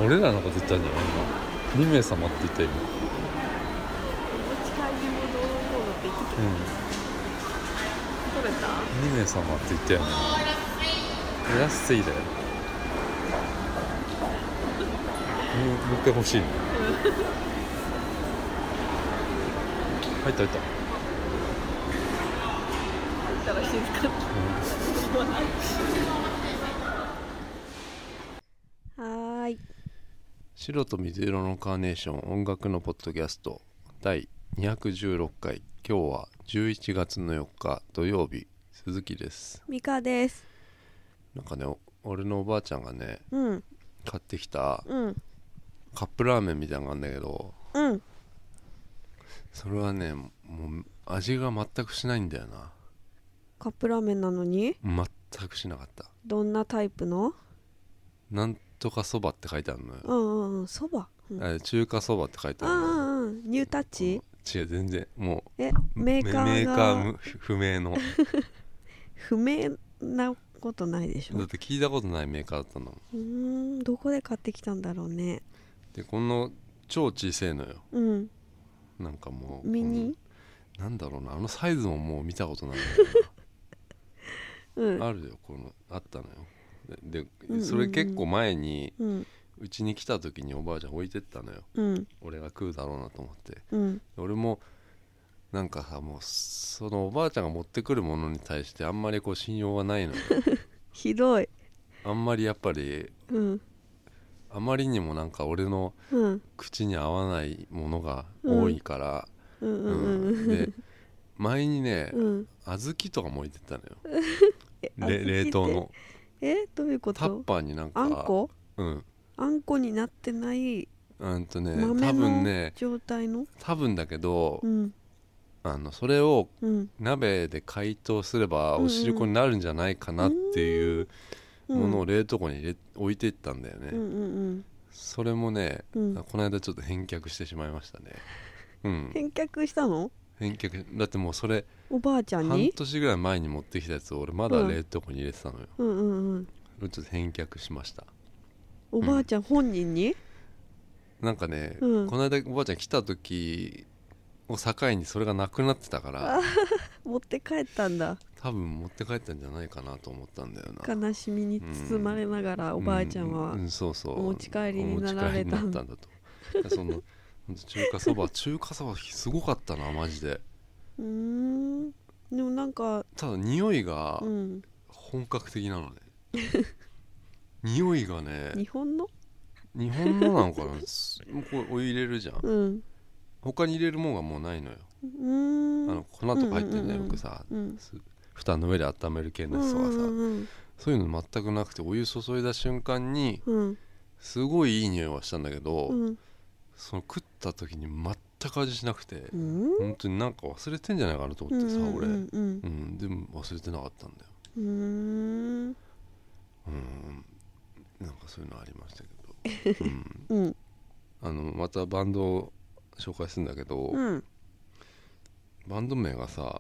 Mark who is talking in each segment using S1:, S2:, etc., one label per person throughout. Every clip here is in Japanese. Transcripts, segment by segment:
S1: 俺らのこと言ったんじゃない今2名様って言った今。
S2: 持ち帰りもどうのって言ってた。取れた
S1: 2名様って言ったよね。安いだよ。持ってほしいね。入った入った。
S2: 入ったら静かにはーい。
S1: 白と水色のカーネーション音楽のポッドキャスト第216回。今日は11月の4日土曜日。鈴木です。
S2: ミカです。
S1: なんかね、俺のおばあちゃんがね、買ってきたカップラーメンみたいなのがあるんだけど、それはね、もう味が全くしないんだよな。
S2: カップラーメンなのに
S1: 全くしなかった。
S2: どんなタイプの？
S1: なんとかそばって書いてあるのよ。
S2: そば、
S1: 中華そばって書いてあるのよ。
S2: ニュータッチ？
S1: 違う、全然もう
S2: メーカー
S1: 不明の
S2: 不明なことないでしょ。
S1: だって聞いたことないメーカーだったの。
S2: どこで買ってきたんだろうね。
S1: でこの超小さいのよ。なんかもう
S2: ミニ？
S1: なんだろうな、あのサイズももう見たことないんだよな。あるよ、このあったのよ。で、それ結構前にうちに来た時におばあちゃん置いてったのよ。俺が食うだろうなと思って、俺もなんかさ、もうそのおばあちゃんが持ってくるものに対してあんまりこう信用がないのよ。
S2: ひどい。
S1: あんまりやっぱり、あまりにもなんか俺の口に合わないものが多いから、で前にね、小豆とかも置いてったのよ。冷凍の
S2: どういうこと？
S1: タッパーになんか
S2: あんこ？あんこになってない
S1: 多分ね
S2: 状態の？
S1: 多分だけど、それを鍋で解凍すればおしるこになるんじゃないかなっていうものを冷凍庫に置いていったんだよね。それもね、この間ちょっと返却してしまいましたね。
S2: 返却したの？
S1: 返却だってもうそれ
S2: おばあちゃんに
S1: 半年ぐらい前に持ってきたやつを俺まだ冷凍庫に入れてたのよ。ちょっと返却しました。
S2: おばあちゃん本人に？
S1: なんかね、この間おばあちゃん来た時を境にそれがなくなってたから
S2: 持って帰ったんだ。
S1: 多分持って帰ったんじゃないかなと思ったんだよな。
S2: 悲しみに包まれながらおばあちゃんはお持ち帰りになられたんだ
S1: と。その中華そばすごかったなマジで。
S2: でもなんか
S1: ただ匂いが本格的なのね。匂いがね、日本のなのかな。こうお湯入れるじゃん、他に入れるもんがもうないのよ。粉とか入ってんね、よくさ、蓋の上で温める系のやつとかさ、そういうの全くなくて、お湯注いだ瞬間にすごいいい匂いはしたんだけど、その食った時に全く味しなくて、本当になんか忘れてんじゃないかなと思ってさ、俺、でも忘れてなかったんだよ。なんかそういうのありましたけど、またバンドを紹介するんだけど、バンド名がさ、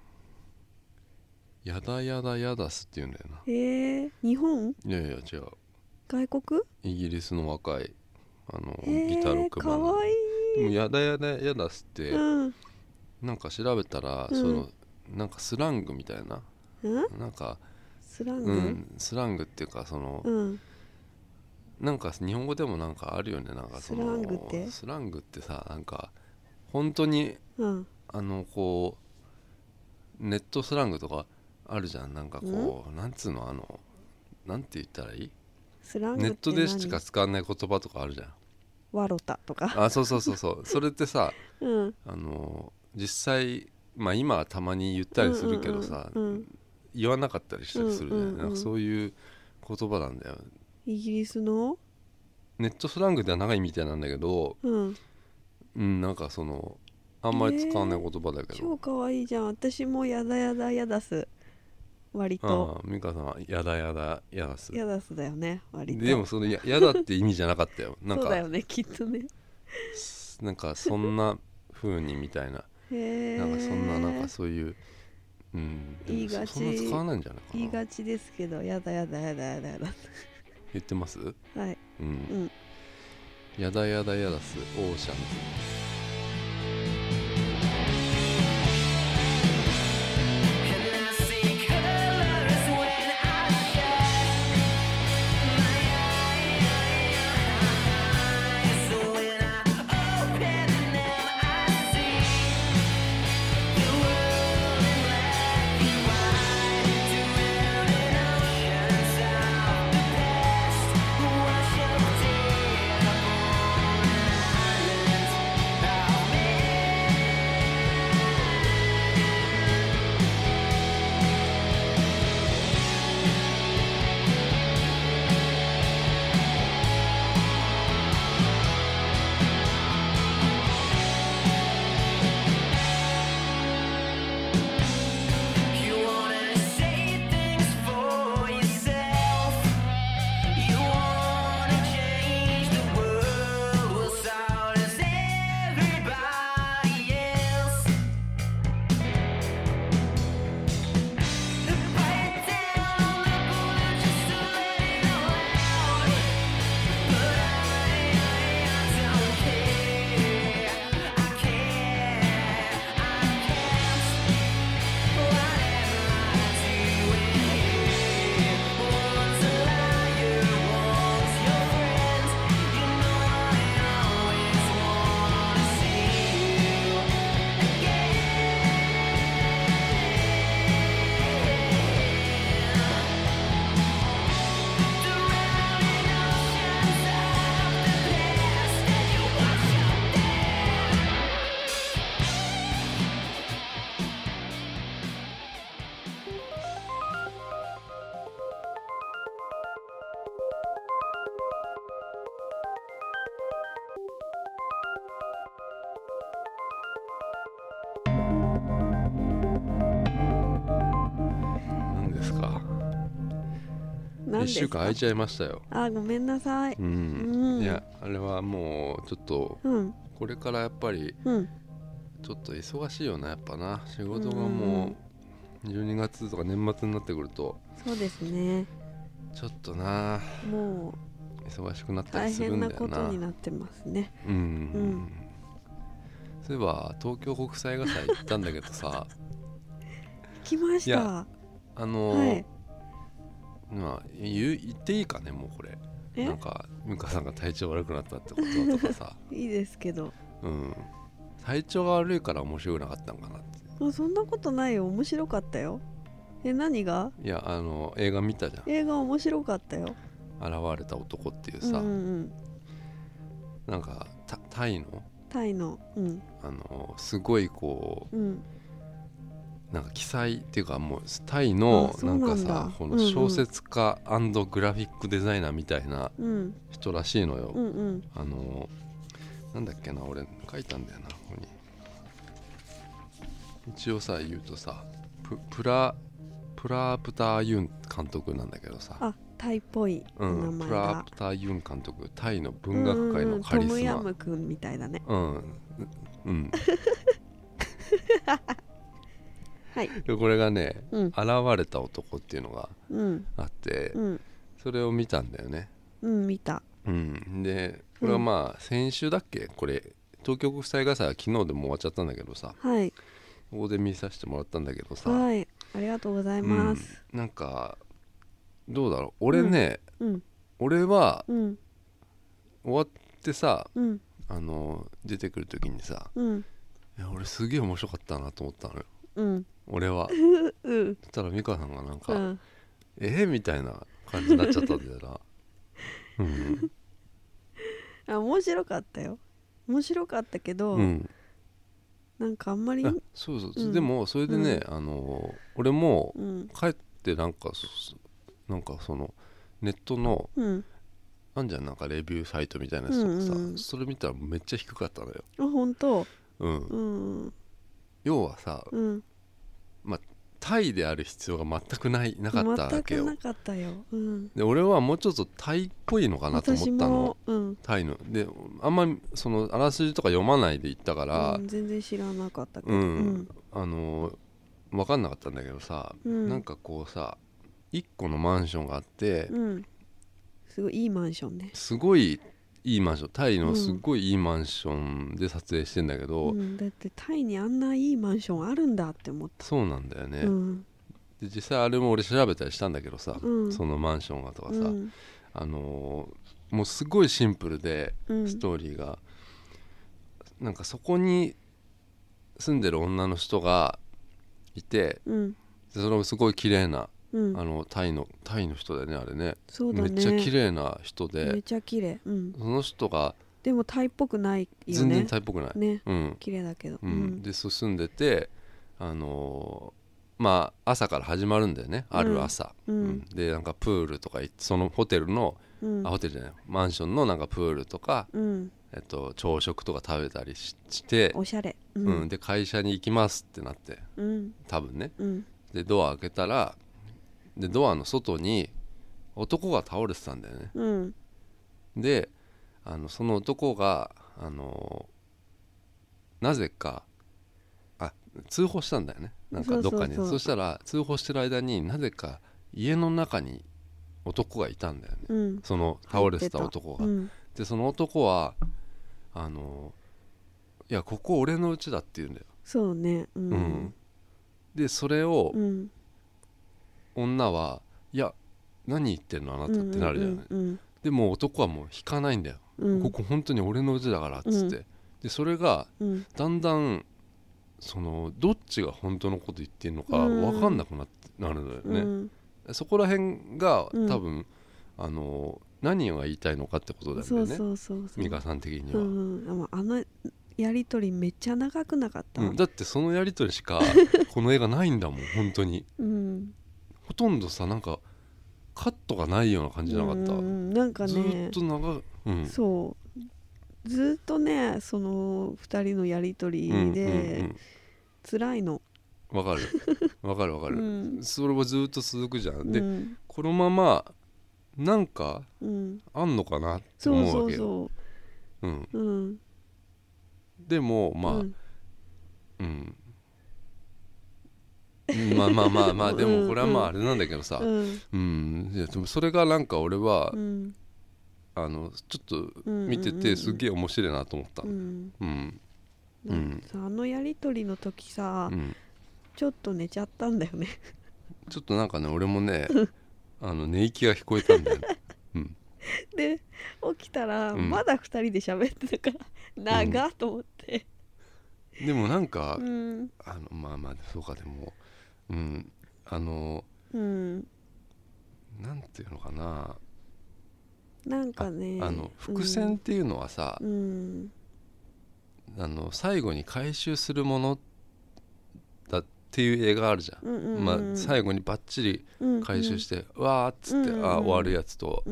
S1: やだやだやだすって言うんだよな。
S2: 日本？
S1: いやいや違う、
S2: 外国？
S1: イギリスの若いギターロックバンド。
S2: かわいい。
S1: でもやだやだやだすって、なんか調べたら、なんかスラングみたいな、なんか
S2: スラング、
S1: スラングっていうか、なんか日本語でもなんかあるよね。なんか
S2: スラング
S1: ってさ、なんか本当に、こうネットスラングとかあるじゃん。なんかこう、なんつうの、なんて言ったらいい？
S2: スラングって何？
S1: ネットでしか使わない言葉とかあるじゃん。
S2: ワロタとか。
S1: そうそれってさ、実際、今はたまに言ったりするけどさ、言わなかったりしたりするじゃん。なんかそういう言葉なんだよ。
S2: イギリスの
S1: ネットスラングでは長いみたいなんだけど、なんかあんまり使わない言葉だけど、
S2: 超かわいいじゃん。私もやだやだやだす。割と
S1: 美香さんはやだやだやだす
S2: やだすだよね、割と。
S1: でもやだって意味じゃなかったよ。なんか
S2: そうだよね、きっとね。
S1: なんかそんな風にみたいな、なんかそんな、なんかそういう、
S2: 言いがち、
S1: そんな使わないんじゃないかな。
S2: 言いがちですけど、やだやだやだやだやだ
S1: 言ってます？
S2: はい。
S1: やだやだやだすオーシャンズ。1週間空いちゃいましたよ。
S2: あ、ごめんなさい。
S1: いや、あれはもうちょっと、これからやっぱりちょっと忙しいよな、やっぱな。仕事がもう12月とか年末になってくると、
S2: そうですね、
S1: ちょっとな、もう忙しくなったりするんだよな。
S2: 大変なことになってますね。
S1: そういえば東京国際映画祭行ったんだけどさ
S2: 来ました。いや、
S1: 言っていいかね、もうこれ。なんか美香さんが体調悪くなったってことだとかさ
S2: いいですけど、
S1: 体調が悪いから面白くなかったんかなって。
S2: そんなことないよ、面白かったよ。何が？
S1: いや、映画見たじゃん。
S2: 映画面白かったよ。
S1: 現れた男っていうさ、なんかタイの、すごいこう、なんか記載っていうか、もうタイのなんかさ、この小説家&グラフィックデザイナーみたいな人らしいのよ。なんだっけな、俺書いたんだよな、ここに。一応さ、言うとさ、プラプターユン監督なんだけどさ。
S2: あ、タイっぽい名前だ。
S1: プラプターユン監督、タイの文学界のカリスマ。
S2: トムヤムくんみたいだね。はい、
S1: これがね、現れた男っていうのがあって、それを見たんだよね。
S2: 見た。
S1: で、これはまあ先週だっけ、これ東京国際映画祭は昨日でも終わっちゃったんだけどさ、ここで見させてもらったんだけどさ、
S2: ありがとうございます。
S1: なんかどうだろう、俺ね、俺は終わってさ、出てくる時にさ、いや俺すげえ面白かったなと思ったのよ。俺はそしたら美香さんがなんか、みたいな感じになっちゃったんだよ
S2: な。面白かったよ。面白かったけど、なんかあんまり、
S1: そう、でもそれでね、俺も帰ってなんかそのネットの、あんじゃん、なんかレビューサイトみたいなやつとかさ、それ見たらめっちゃ低かったのよ。
S2: あ、本当？
S1: 要はさ、まあタイである必要が全くなかったわけよ。
S2: 全くなかったよ。
S1: で俺はもうちょっとタイっぽいのかなと思ったの。タイので、あんまりそのあらすじとか読まないで行ったから、
S2: 全然知らなかったけど、
S1: 分かんなかったんだけどさ、なんかこうさ、1個のマンションがあって、
S2: すごいいいマンションね。
S1: すごいいいマンション、タイのすっごいいいマンションで撮影してんだけど、
S2: だってタイにあんないいマンションあるんだって思った。
S1: そうなんだよね、で実際あれも俺調べたりしたんだけどさ、そのマンションがとかさ、もうすごいシンプルで、ストーリーがなんかそこに住んでる女の人がいて、それもすごい綺麗な、タイの人だよねあれね。そうだね、めっちゃ綺麗な人で、
S2: めっちゃ綺麗、
S1: その人が
S2: でもタイっぽくないよね。
S1: 全然タイっぽくないね、
S2: 綺麗だけど、
S1: で住んでて、まあ朝から始まるんだよね、ある朝、でなんかプールとか行って、そのホテルの、ホテルじゃないマンションのなんかプールとか、朝食とか食べたりして
S2: おしゃれ、
S1: で会社に行きますってなって、多分ね、でドア開けたら、でドアの外に男が倒れてたんだよね、でその男がなぜか通報したんだよね、なんかどっかに。そしたら通報してる間になぜか家の中に男がいたんだよね、その倒れてた男が、でその男はいやここ俺の家だって言うんだよ。
S2: そうね、
S1: でそれを、女はいや何言ってんのあなたってなるじゃない、でも男はもう引かないんだよ、ここ本当に俺の家だからっつって、でそれが、だんだんそのどっちが本当のこと言ってんのか分かんなくなるんだよね、そこら辺が多分、何が言いたいのかってことだよね、美香さん的には、
S2: あのやりとりめっちゃ長くなかった、
S1: だってそのやりとりしかこの映画ないんだもん本当に、ほとんどさなんかカットがないような感じじゃなかった、
S2: なんかね
S1: ずっと
S2: そうずっとねその2人のやりとりで、辛いの。
S1: わかるわかるわかる、それはずっと続くじゃん、でこのままなんかあんのかなって思うわけよ。でもまあまあまあまあまあでもこれはまああれなんだけどさ、いやでもそれがなんか俺はちょっと見ててすげえ面白いなと思った。
S2: あのやりとりの時さ、ちょっと寝ちゃったんだよね
S1: ちょっとなんかね俺もね寝息が聞こえたんだよね、
S2: で起きたらまだ2人で喋ってたから長っと思って、
S1: でもなんか、まあまあそうか、でもなんていうのかな、
S2: なんかね
S1: 伏線っていうのはさ、最後に回収するものだっていう映画あるじゃん、まあ、最後にバッチリ回収して、わーっつって、終わるやつと、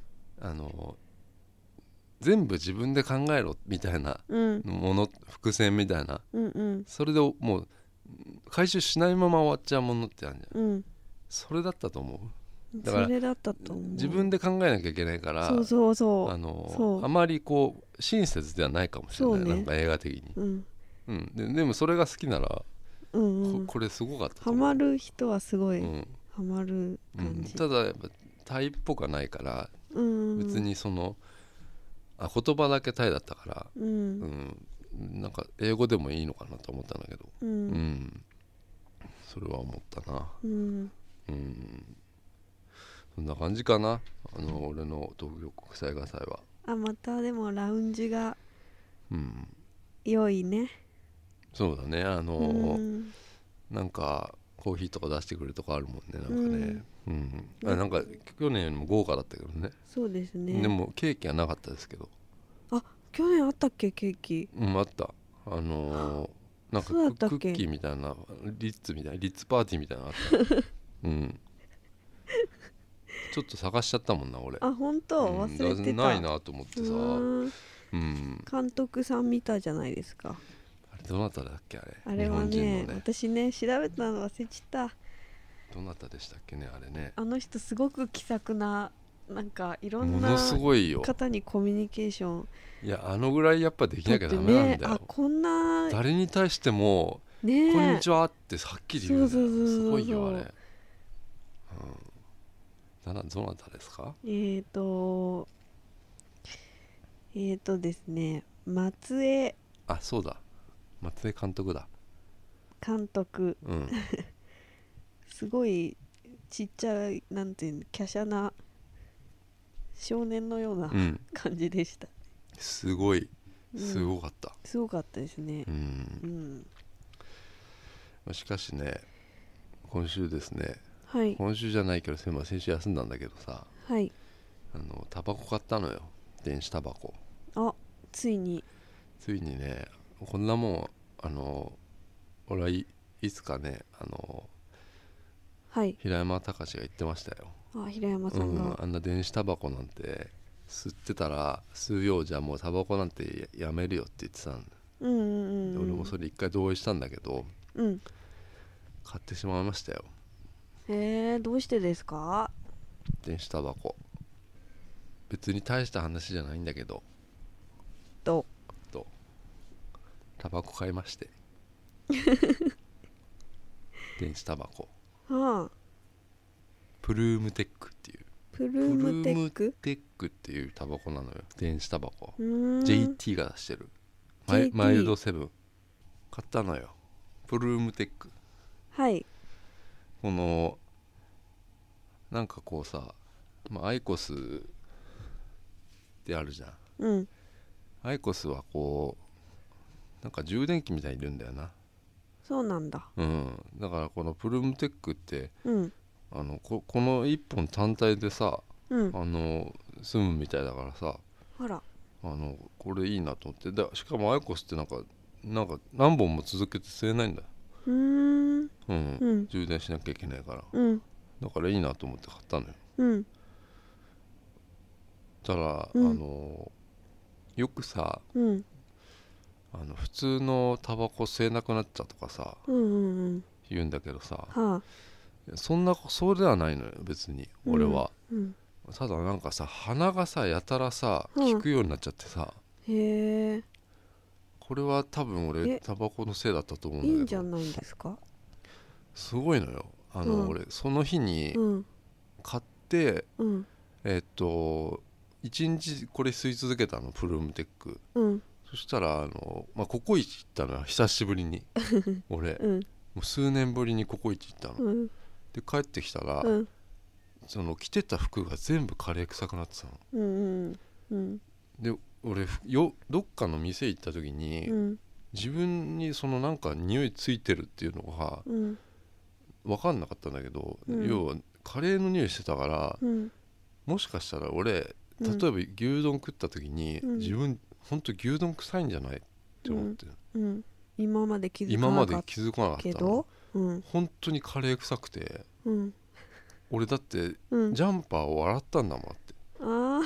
S1: 全部自分で考えろみたいなもの、伏線みたいな、それでもう回収しないまま終わっちゃうものってあるじゃん、それだったと思う。だから自分で考えなきゃいけないから、あまりこう親切ではないかもしれない、なんか映画的に、でもそれが好きなら、これすごかった。
S2: ハマる人はすごいハマる感じ、
S1: ただやっぱタイっぽくはないから、別にその言葉だけタイだったから、なんか英語でもいいのかなと思ったんだけど、それは思ったな。そんな感じかな、俺の東京国際映画祭は。
S2: またでもラウンジが良いね。
S1: そうだね、なんかコーヒーとか出してくれるとこあるもんね、なんかね、なんか去年よりも豪華だったけどね。
S2: そうですね。
S1: でもケーキはなかったですけど。
S2: 去年あったっけケーキ。
S1: あった。なんかクッキーみたいな、リッツパーティーみたいなのあったちょっと探しちゃったもんな俺。
S2: 本当、忘れてた。
S1: ないなと思ってさ。
S2: 監督さん見たじゃないですか。
S1: あれどなただっけ、
S2: あれはね、私ね調べたの忘れちゃった。
S1: どなたでしたっけね、あれね。
S2: あの人すごく気さくな、なんかいろんな
S1: ものすごいよ
S2: 方にコミュニケーション。
S1: いや、ぐらいやっぱできなきゃダメなんだよ。
S2: こんな
S1: 誰に対しても、こんにちはってはっきり言うんだよ。すごいよあれ。どなたですか？
S2: ですね、松江、
S1: あ、そうだ、松江監督だ。
S2: 監督、
S1: うん、
S2: すごいちっちゃい、なんていうの、華奢な少年のような
S1: うん、
S2: 感じでした。
S1: すごい、
S2: うん、
S1: すごかった。
S2: すごかったですね。
S1: うん、しかしね、今週ですね、
S2: はい、
S1: 今週じゃないけど先週休んだんだけどさ、
S2: はい。
S1: タバコ買ったのよ、電子タバコ。
S2: あ、ついに。
S1: ついにね、こんなもん俺いつかね、
S2: はい。
S1: 平山隆が言ってましたよ。
S2: あ、平山さんが、
S1: あんな電子タバコなんて吸ってたら数秒じゃもうタバコなんてやめるよって言ってたんだ。
S2: うんうんうん
S1: で俺もそれ一回同意したんだけど、
S2: うん。
S1: 買ってしまいましたよ、
S2: どうしてですか？
S1: 電子タバコ。別に大した話じゃないんだけど、
S2: と
S1: タバコ買いまして電子タバコ、
S2: はあ、
S1: プルームテックっていう
S2: プルームテック
S1: っていうタバコなのよ、電子タバコ。
S2: ん
S1: JT が出してるマイルドセブン買ったのよ、プルームテック。
S2: はい。
S1: このなんかこうさ、アイコスってあるじゃん。
S2: うん。
S1: アイコスはこうなんか充電器みたいにいるんだよな。
S2: そうなんだ。
S1: だからこのプルームテックって
S2: うん。
S1: この一本単体でさ、
S2: うん。
S1: 済むみたいだからさ、
S2: あら。
S1: これいいなと思って。しかもアイコスってなんか何本も続けて吸えないんだよ。
S2: うん。
S1: 充電しなきゃいけないから、
S2: うん。
S1: だからいいなと思って買ったのよ。
S2: うん。
S1: たら、
S2: うん。
S1: よくさ、
S2: うん。
S1: 普通のタバコ吸えなくなっちゃとかさ、
S2: うんうんうん。
S1: 言うんだけどさ、
S2: はあ。
S1: そうではないのよ別に俺は。
S2: うん。
S1: ただなんかさ、鼻がさやたらさ効くようになっちゃってさ、
S2: へえ。
S1: これは多分俺タバコのせいだったと思うんだけど。
S2: いいんじゃないですか？
S1: すごいのよ。俺その日に買って、
S2: うん。
S1: 1日これ吸い続けたの、プルームテック。
S2: うん。
S1: そしたらココイチ行ったのよ久しぶりに俺、
S2: うん。
S1: もう数年ぶりにココイチ行ったの。
S2: うん。
S1: で帰ってきたら、
S2: うん。
S1: その着てた服が全部カレー臭くなってたの。
S2: うんうん
S1: で俺どっかの店行った時に、
S2: うん。
S1: 自分にそのなんか匂いついてるっていうのが
S2: うん。
S1: 分かんなかったんだけど、
S2: うん、
S1: 要はカレーの匂いしてたから、
S2: うん、
S1: もしかしたら俺例えば牛丼食った時に、自分ほんと牛丼臭いんじゃないって思って、
S2: 今まで気づかなかったの。
S1: 本当にカレー臭くて、俺だって、ジャンパーを洗ったんだもんって。
S2: あ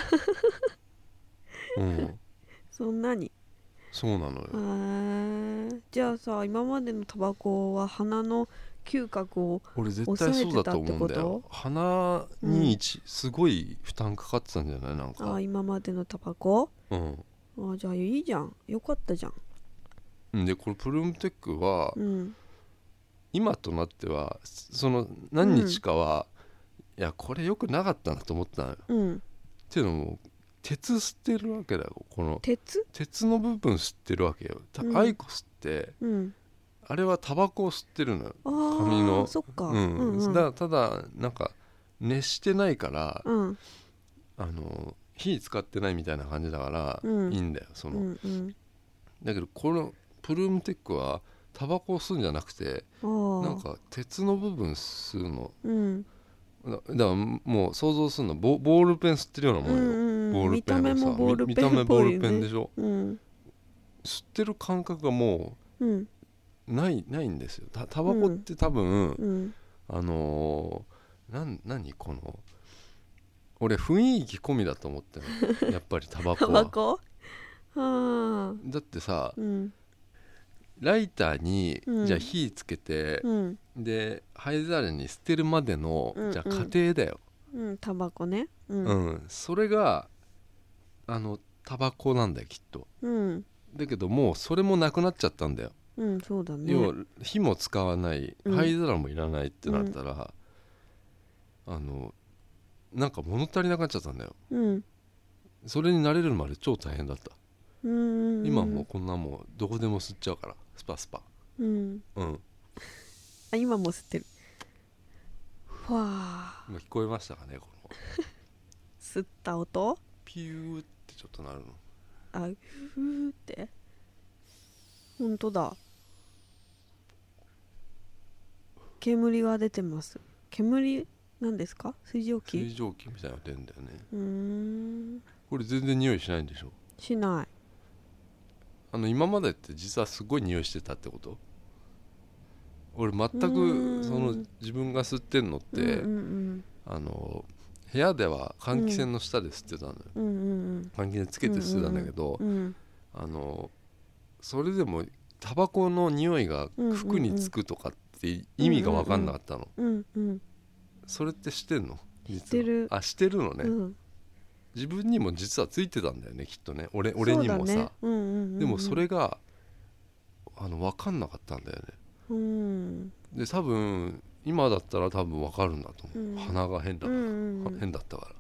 S2: あそんなに。
S1: そうなのよ。
S2: じゃあさ、今までのタバコは鼻の嗅覚を
S1: 俺絶対そうだと思うんだよ。鼻にすごい負担かかってたんじゃない？なんか
S2: 今までのタバコ。じゃあいいじゃん、よかったじゃん。
S1: でこれプルームテックは、今となってはその何日かは、いやこれ良くなかったなと思ったのよ。っていうのも鉄吸ってるわけだよ。この鉄の部分吸ってるわけよ。アイコスって、あれはタバコを吸ってるのよ、紙の。
S2: そっか。
S1: ただなんか熱してないから、火使ってないみたいな感じだからいいんだよ。だけどこのプルームテックはタバコを吸うんじゃなくて、なんか鉄の部分吸うの。だからもう想像するのボールペン吸ってるようなもんよ。ボールペンをさ、見た目ボールペンでしょ。吸ってる感覚がもうないんですよ。タバコって多分、何この俺雰囲気込みだと思ってるやっぱりタバコは。だってさ、ライターに、じゃあ火つけて、で灰皿に捨てるまでの、じゃあ過程だよ。
S2: タバコね。
S1: それがタバコなんだよきっと。だけどもうそれもなくなっちゃったんだよ。
S2: そうだね。
S1: 要は火も使わない、灰皿もいらないってなったら、なんか物足りなくなっちゃったんだよ。 それに慣れるまで超大変だった。今もうこんなもうどこでも吸っちゃうからスパスパ。
S2: あ、今も吸ってる。わ
S1: 今聞こえましたかね、この
S2: 吸った音、
S1: ピューってちょっとなるの。
S2: あ、ふーって、ほんとだ、煙が出てます。煙なんですか？水蒸気？
S1: 水蒸気みたいなの出るんだよね。これ全然匂いしないんでしょ？
S2: しない。
S1: 今までって実はすごい匂いしてたってこと？俺全くその自分が吸ってんのって、部屋では換気扇の下で吸ってたのよ。換気扇つけて吸ってたんだけど、それでもタバコの匂いが服につくとかって意味が分かんなかったの。それってしてんの？
S2: してる。
S1: あ、してるのね。自分にも実はついてたんだよね、きっとね。俺にもさ、でもそれが分かんなかったんだよね。で多分今だったら多分分かるんだと思う。鼻が変だから、変だったから。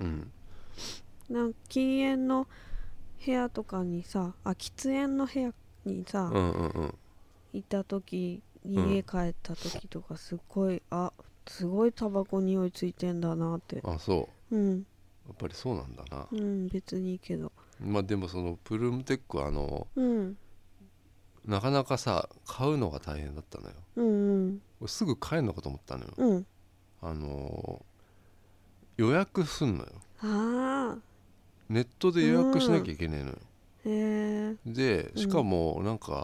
S2: なんか禁煙の部屋とかにさ、喫煙の部屋にさ、行った時、家帰った時とかすごい、すごいタバコ匂いついてんだなって。
S1: あ、そう。やっぱりそうなんだな。
S2: 別にいいけど。
S1: まあでもそのプルームテックはなかなかさ買うのが大変だったのよ。俺すぐ買えるのかと思ったのよ。予約すんのよ。ネットで予約しなきゃいけねえのよ。でしかもなんか、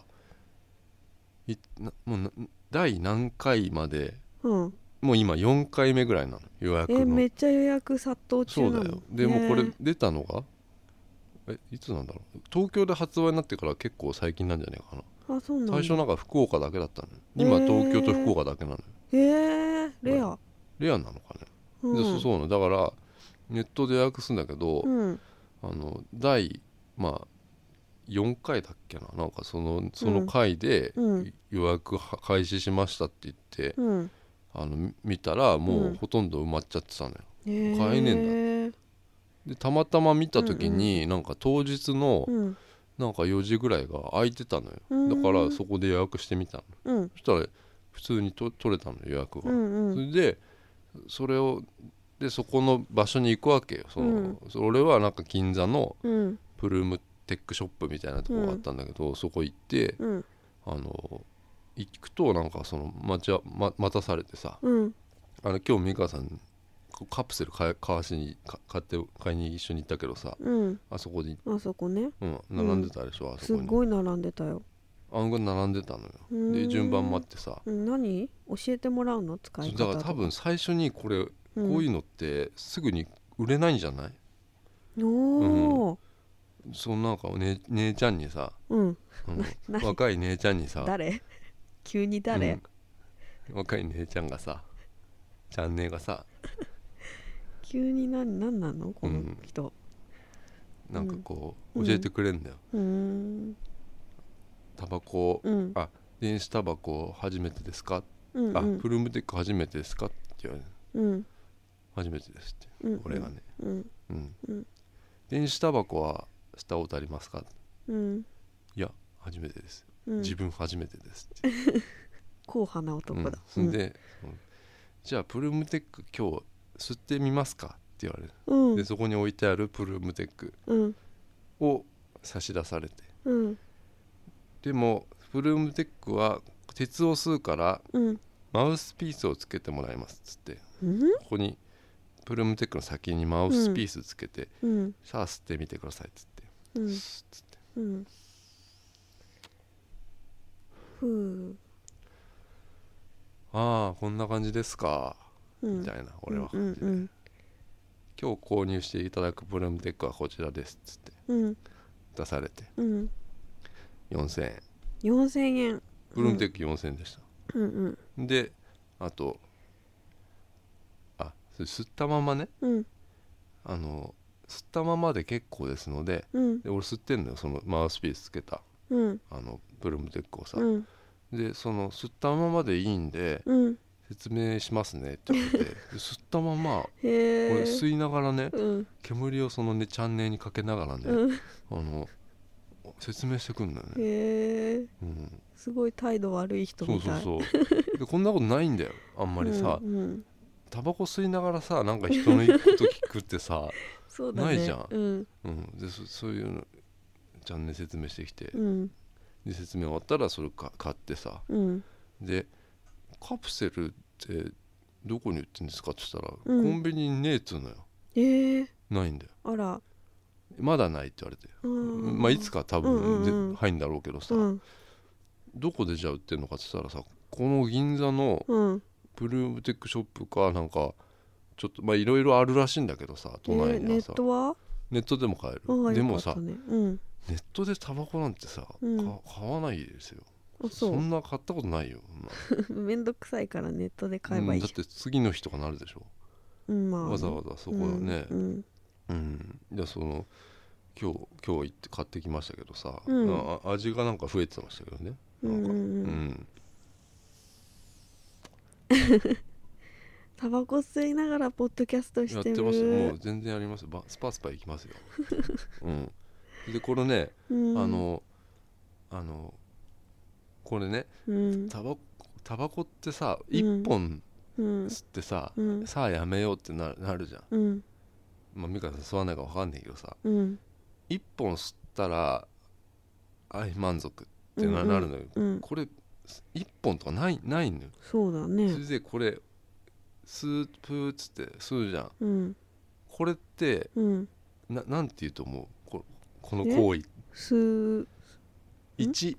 S1: もう第何回まで、もう今4回目ぐらいなの予約の。
S2: めっちゃ予約殺到中なの。
S1: そうだよ。でもこれ出たのがいつなんだろう。東京で発売になってから結構最近なんじゃないかな。
S2: そうなんだ。
S1: 最初なんか福岡だけだったのよ。今東京と福岡だけなのよ。
S2: レア
S1: なのかね。でそうなの。だからネットで予約するんだけど、第4回だっけな、なんかその回で予約開始しましたって言って、見たらもうほとんど埋まっちゃってたのよ。買えねえんだ。でたまたま見た時に、なんか当日のなんか4時ぐらいが空いてたのよ。だからそこで予約してみたの。そしたら普通に取れたのよ、予約が。それでそこの場所に行くわけよ。俺はなんか銀座のプルームテックショップみたいなところがあったんだけど、そこ行って、行くとなんかその待たされてさ、今日美香さんカプセル買いに一緒に行ったけどさ、あそこに
S2: ね、
S1: 並んでたでしょ。あそこに
S2: すごい並んでたよ。
S1: 並んでたのよ。で順番待ってさ、
S2: 何教えてもらうの、使い方とか。
S1: だから多分最初にこういうのってすぐに売れないんじゃない？そう、なんか姉ちゃんにさ、若い姉ちゃんにさ、
S2: 誰？急に誰？
S1: 若い姉ちゃんがさ、チャンネルがさ、
S2: 急に何なのこの人、
S1: なんかこう教えてくれんだよ。タバコ、電子タバコ初めてですか？プルームテック初めてですかって言われる。初めてですって、俺がね。電子タバコは吸ったことありますか？いや初めてです、自分初めてですって
S2: 硬派な男だ。
S1: で、じゃあプルームテック今日吸ってみますかって言われる。でそこに置いてあるプルームテックを差し出されて、でもプルームテックは鉄を吸うからマウスピースをつけてもらいますっつって、ここにプルームテックの先にマウスピースつけて、さあ吸ってみてくださいっつって、スッつって、ああこんな感じですか、みたいな俺は感じで、今日購入していただくプルームテックはこちらですっつって、出されて、4000円。プルームテック4000円でした。であと吸ったままね、吸ったままで結構ですので、で俺吸ってんのよ、そのマウスピースつけた、プルームテックをさ、でその吸ったままでいいんで、 説明しますねって言って吸ったままこれ吸いながらね、煙をそのねチャンネルにかけながらね、説明してくんだよね。
S2: すごい態度悪い人みたい。
S1: そうでこんなことないんだよあんまりさ、タバコ吸いながらさなんか人の言うこと聞くってさ
S2: そうだね、
S1: ないじゃん、でそういうのチャンネル説明してきて、で説明終わったらそれ買ってさ、でカプセルってどこに売ってるんですかって言ったら、コンビニにねえっつうのよ。ないんだよ。
S2: あら、
S1: まだないって言われて、まあいつか多分入るんだろうけどさ、どこでじゃあ売ってるのかって言ったらさ、この銀座のブルームテックショップかなんかちょっとまあいろいろあるらしいんだけどさ、都内にはさ、
S2: ネットは
S1: ネットでも買える。でもさ、ネットでタバコなんてさ、買わないですよ。そんな買ったことないよ。
S2: めんどくさいからネットで買えばいい、
S1: だって次の日とかなるでしょ、わざわざそこはね。じゃあその今日行って買ってきましたけどさ、味がなんか増えてましたけどね、なんか
S2: タバコ吸いながらポッドキャストしてる。やって
S1: ます。もう全然やります。スパスパいきますよ。でこれね、これね、タバコってさ1本吸ってさ、さあやめようってなるじゃん。まあ美香さん吸わないか分かんないけどさ、1本吸ったら満足ってなるのよ。これ1本とかないのよ。
S2: そうだね。
S1: それでこれスープっつって吸うじゃん、これって、なんて言うと思う、この行為。一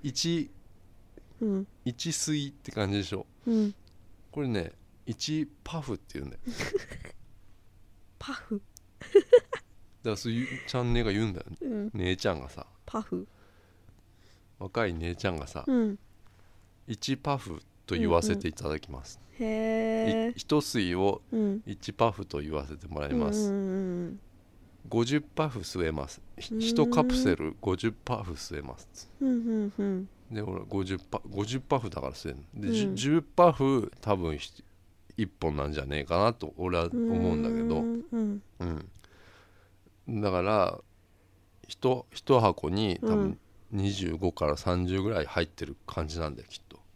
S1: 吸いって感じでしょ、これね1パフって言うんだよ
S2: パフ
S1: だからそういうチャンネルが言うんだよね、姉ちゃんがさ、
S2: パフ、
S1: 若い姉ちゃんがさ、1パフと言わせていただきます、
S2: へえ。
S1: 一吸いを1パフと言わせてもらいます、50パフ吸えます、1カプセル50パフ吸えます、で俺50パフだから吸えるで、10パフ多分1本なんじゃねえかなと俺は思うんだけど、だから1箱に多分25から30ぐらい入ってる感じなんだよきっと。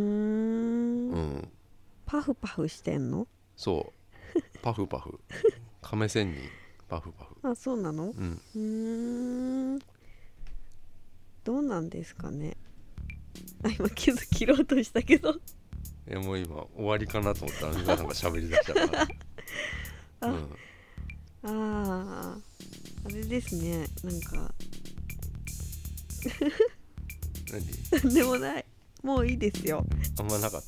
S2: パフパフしてんの？
S1: そうパフパフ亀仙人パフパフ。
S2: あ、そうなの？どうなんですかね。今切ろうとしたけど
S1: もう今終わりかなと思ったら美香さんが喋り出したから
S2: あれですね、なんか何でもない、もういいですよ。
S1: あんまなかった？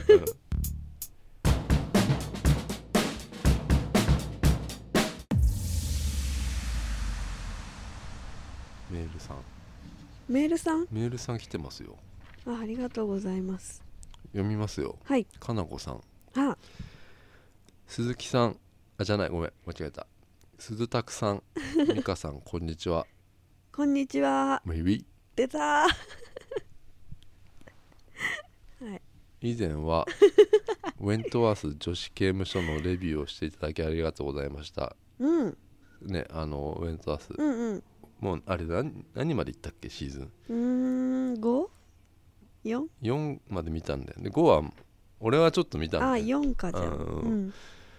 S1: メールさん来てますよ。
S2: ありがとうございます。
S1: 読みますよ。
S2: はい。
S1: かなこさん。鈴木さん、じゃない、ごめん間違えた。鈴拓さん、美香さん、こんにちは。
S2: こんにちは。出たはい。
S1: 以前はウェントワース女子刑務所のレビューをしていただきありがとうございました。ね、ウェントワース。もうあれ何まで行ったっけシーズン
S2: 5?4
S1: まで見たんだよね。5は俺はちょっと見たんだよ。
S2: 4かじゃん、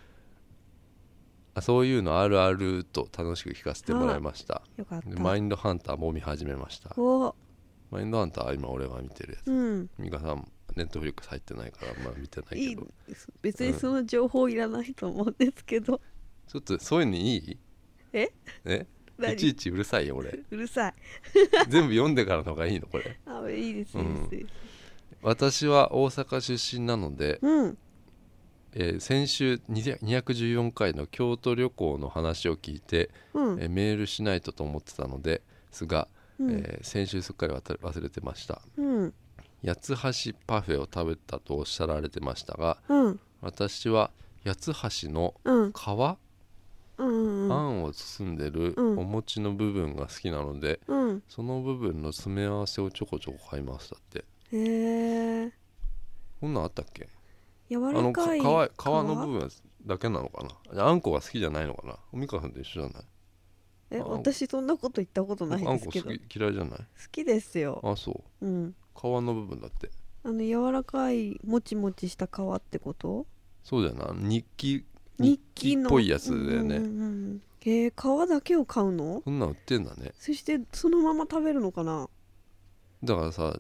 S1: そういうのあるあると楽しく聞かせてもらいました。
S2: よかった。
S1: マインドハンターも見始めました。マインドハンターは今俺が見てるやつ、美香さんネットフリックス入ってないからまあ見てないけど、
S2: 別にその情報いらないと思うんですけど、
S1: ちょっとそういうのいい？いちいちうるさいよ俺。
S2: うるさい
S1: 全部読んでからの方がいいのこれ。
S2: いいです、
S1: 私は大阪出身なので、先週214回の京都旅行の話を聞いて、メールしないと思ってたのですが、先週すっかり忘れてました。八つ橋パフェを食べたとおっしゃられてましたが、私は八つ橋の皮、あんを包んでるお餅の部分が好きなので、その部分の詰め合わせをちょこちょこ買いましたって。
S2: へえ。
S1: こんなんあったっけ？
S2: 柔らかい
S1: 皮の部分だけなのかな。あんこが好きじゃないのかな。おみかさんと一緒じゃない？
S2: 私そんなこと言ったことないですけど。
S1: あんこ嫌いじゃない？好
S2: きですよ。
S1: あ、そう。皮の部分だって。
S2: 柔らかいもちもちした皮ってこと？
S1: そうだよな。日記っぽいやつだよね。
S2: 皮だけを買うの？
S1: そんなん売ってんだね。
S2: そしてそのまま食べるのかな？
S1: だからさ、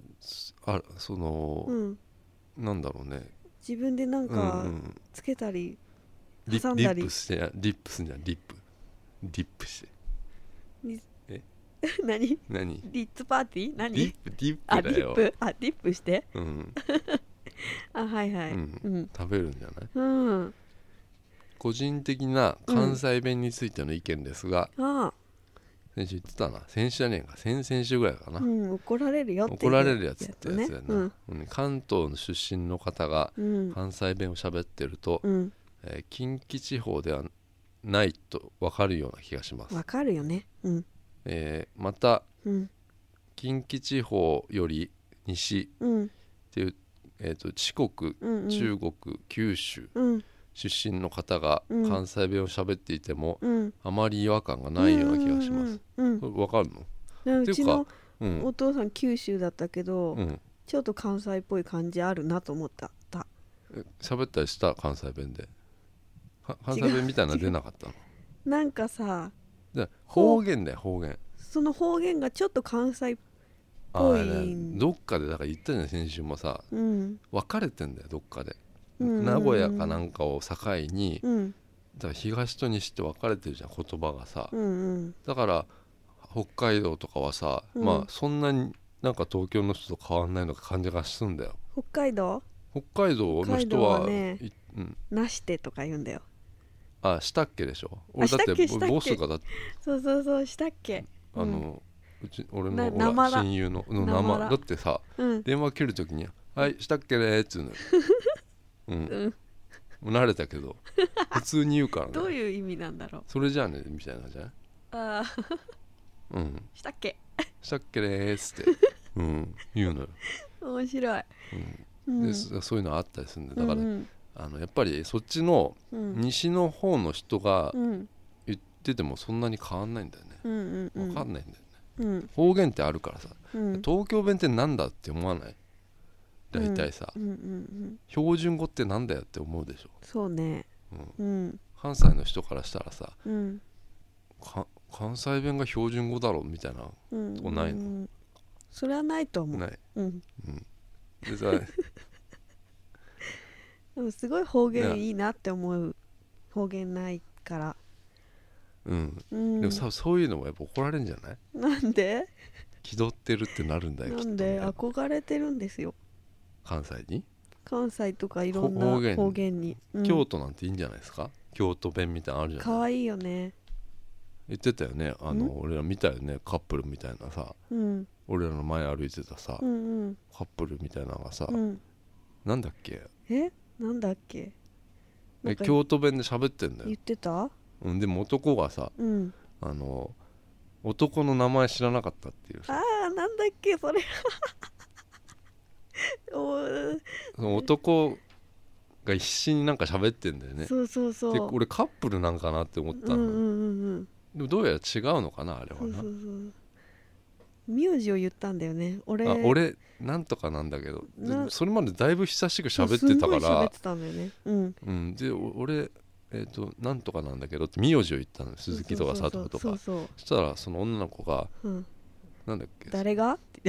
S1: なんだろうね。
S2: 自分でなんかつけたり挟んだり。
S1: リップすんじゃん。リップして。
S2: 何？リッツパーティー？何？
S1: リップだよ。
S2: ディップして。はいはい。
S1: 食べるんじゃない？個人的な関西弁についての意見ですが、先週言ってたな。先週じゃねえか、先々週ぐらいかな。
S2: 怒られるよって
S1: 怒られるやつってやつだよな。関東の出身の方が関西弁を喋ってると、近畿地方ではないと分かるような気がします。
S2: 分かるよね。
S1: また、近畿地方より西っていう、四国、中国、九州出身の方が関西弁を喋っていても、あまり違和感がないような気がします。これ分かるの？
S2: うちのお父さん九州だったけど、ちょっと関西っぽい感じあるなと思った。
S1: 喋ったりした関西弁で。関西弁みたいなの出なかったの？
S2: なんかさ、
S1: 方言だよ、方言。
S2: その方言がちょっと関西っぽい。
S1: どっかでだから言ったじゃん、先週もさ、分かれてんだよ、どっかで。名古屋かなんかを境に、だから東と西って分かれてるじゃん、言葉がさ。だから北海道とかはさ、まあそんなになんか東京の人と変わんないのか感じがするんだよ。
S2: 北海道
S1: の人は
S2: ね、なしてとか言うんだよ。
S1: したっけでしょ。俺だってボスがだって、
S2: そうしたっけ。
S1: 俺の親友の生だってさ、電話切るときに「はいしたっけね」っつうの。慣れたけど普通に言うからね。
S2: どういう意味なんだろう。
S1: それじゃあねみたいなじゃない？
S2: したっけ
S1: したっけねーっつって言うのよ。
S2: 面白い。
S1: でそういうのあったりするんで、だからやっぱりそっちの西の方の人が言っててもそんなに変わんないんだよね。分かんないんだよね。方言ってあるからさ、東京弁ってなんだって思わない？大体さ、標準語ってなんだよって思うでしょ。
S2: そうね。
S1: 関西の人からしたらさ、関西弁が標準語だろみたいなとこないの？
S2: それはないと思う。
S1: ない。でさ
S2: でもすごい方言いいなって思う。方言ないから。
S1: でもさ、そういうのもやっぱ怒られるんじゃない？
S2: なんで？
S1: 気取ってるってなるんだよ。
S2: なんで？憧れてるんですよ。
S1: 関西に？関
S2: 西とかいろんな方言に。
S1: 京都なんていいんじゃないですか？京都弁みたいなのあるじゃない。
S2: かわいいよね。
S1: 言ってたよね。俺ら見たよね、カップルみたいなさ、俺らの前歩いてたさ、カップルみたいなのがさ、なんだっけ？
S2: なんだっけ？
S1: 京都弁で喋ってんだよ。
S2: 言ってた？
S1: でも男がさ、男の名前知らなかったっていう。
S2: なんだっけそれ。
S1: その男が必死になんか喋ってんだよね。
S2: そう
S1: で俺カップルなんかなって思ったの。でもどうやら違うのかな、あれはな。
S2: 名字を言ったんだよね。
S1: 俺なんとかなんだけど、それまでだいぶ久しく喋ってたから。
S2: すごい喋ってたんだよね。
S1: で俺なんとかなんだけどって名字を言ったの。鈴木とか佐藤とか。そしたらその女の子が、なんだっけ、
S2: 誰がって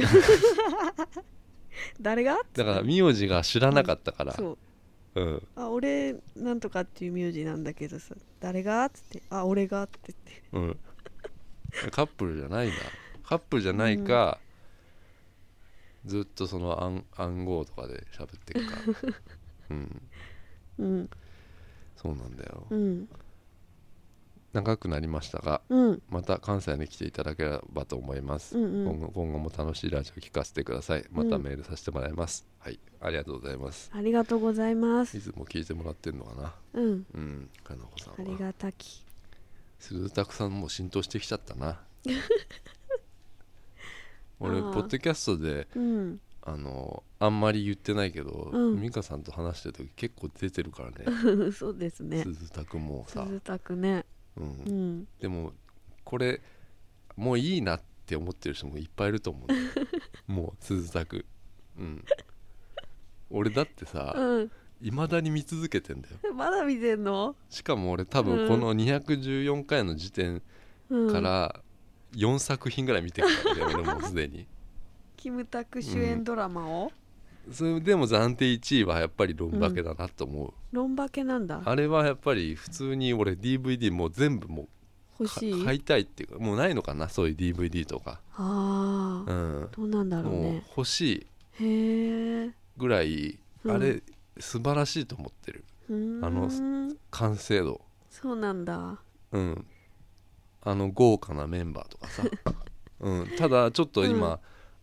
S2: 誰が
S1: だから名字が知らなかったから、
S2: 俺なんとかっていう名字なんだけどさ、誰がって言って、俺がって言って、
S1: カップルじゃないな。カップルじゃないか、ずっとその暗号とかで喋ってるか。そうなんだよ。長くなりましたが、また関西に来ていただければと思います。今後も楽しいラジオ聞かせてください。またメールさせてもらいます。はい、ありがとうございます。
S2: ありがとうございます。
S1: いつも聞いてもらってるのかな。かなこさんは。
S2: ありがたき。
S1: 鈴田さんも浸透してきちゃったな。俺ポッドキャストで、 あんまり言ってないけど、美香さんと話してる時結構出てるから
S2: ねそうですね。
S1: 鈴拓もさ、
S2: 鈴拓ね、
S1: でもこれもういいなって思ってる人もいっぱいいると思うもう鈴拓、俺だってさ、未だに見続けてんだよ。
S2: まだ見てんの？
S1: しかも俺多分この214回の時点から4作品ぐらい見てるからね、俺もすでに
S2: キムタク主演ドラマを、
S1: それでも暫定1位はやっぱりロンバケだなと思う、
S2: ロンバケなんだ。
S1: あれはやっぱり普通に俺 DVD もう全部もう
S2: 欲しい、
S1: 買いたいっていうか、もうないのかなそういう DVD とか。
S2: ああ、どうなんだろうね。
S1: もう欲し
S2: い
S1: ぐらいあれ素晴らしいと思ってる、あの完成度。
S2: そうなんだ。
S1: 豪華なメンバーとかさただちょっと今、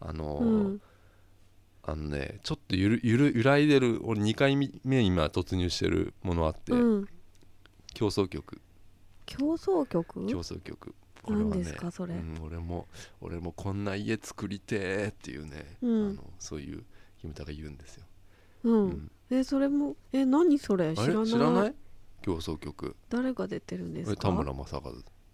S1: ちょっと揺らいでる、俺2回目今突入してるものあって、競争曲。
S2: 何ですかそれ、
S1: 俺もこんな家作りてーっていうね、そういうキムタが言うんですよ。
S2: それも何それ、知らない
S1: 競争曲。
S2: 誰が出てるんですか？
S1: 田村正和、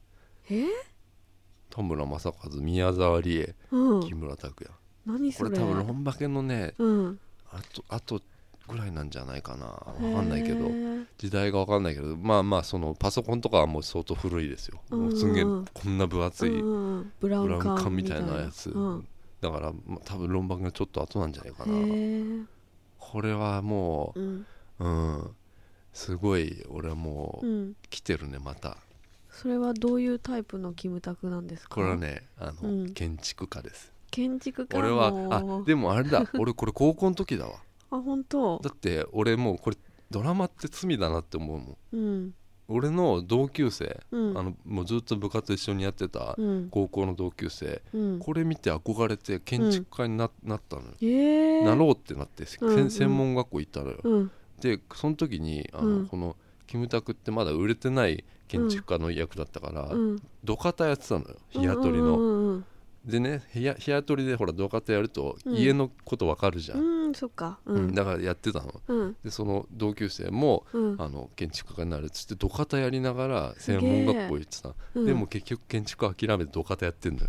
S1: 宮沢りえ、木村拓哉。
S2: 何それ？
S1: これ多分ロンバケのね、あとぐらいなんじゃないかな、分かんないけど、時代が分かんないけど、まあそのパソコンとかはもう相当古いですよ、もうすんげえこんな分厚い
S2: ブラウン
S1: 管みたいなやつ、だから多分ロンバケがちょっと後なんじゃないかな。これはもうすごい俺はもう来てるね、また。
S2: それはどういうタイプのキムタクなんですか？
S1: これはね、建築家です。
S2: 建築家。
S1: 俺はでもあれだ俺これ高校の時だわ。
S2: 本当？
S1: だって俺もうこれドラマって罪だなって思うもん、俺の同級生、もうずっと部活一緒にやってた高校の同級生、これ見て憧れて建築家になったのよ、なろうってなって、専門学校行ったのよ、でその時にこのキムタクってまだ売れてない建築家の役だったから、土方やってたのよ、日雇いの、でね、日雇いでほら土方やると家のことわかるじゃん、
S2: そっか、
S1: だからやってたの、でその同級生も、建築家になるっつって土方やりながら専門学校行ってた、でも結局建築家諦めて土方やってんだよ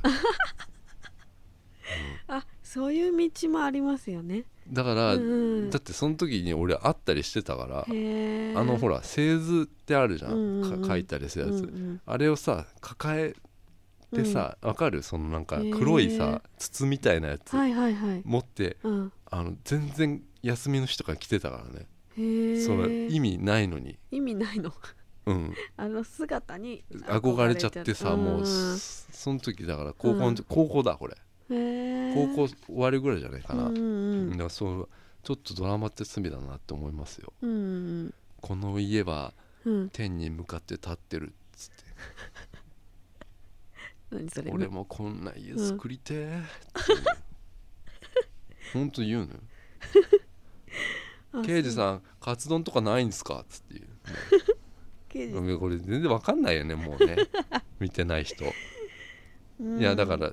S2: そういう道もありますよね。
S1: だから、だってその時に俺会ったりしてたから、ほら製図ってあるじゃん、書いたりするやつ、あれをさ抱えてさ、わかる？そのなんか黒いさ筒みたいなやつ持って、全然休みの日とか来てたからね。それ意味ないのに。
S2: 意味ないの姿に
S1: 憧れちゃってさ、もうその時だから高校だこれ。高校終わりぐらいじゃないかな、だからちょっとドラマって罪だなって思いますよ、この家は天に向かって立ってるっつって、
S2: 何それ、
S1: 俺もこんな家作りてーって、ほんと言うのよ刑事さんカツ丼とかないんですかっつって言うこれ全然わかんないよね、もうね見てない人、いやだから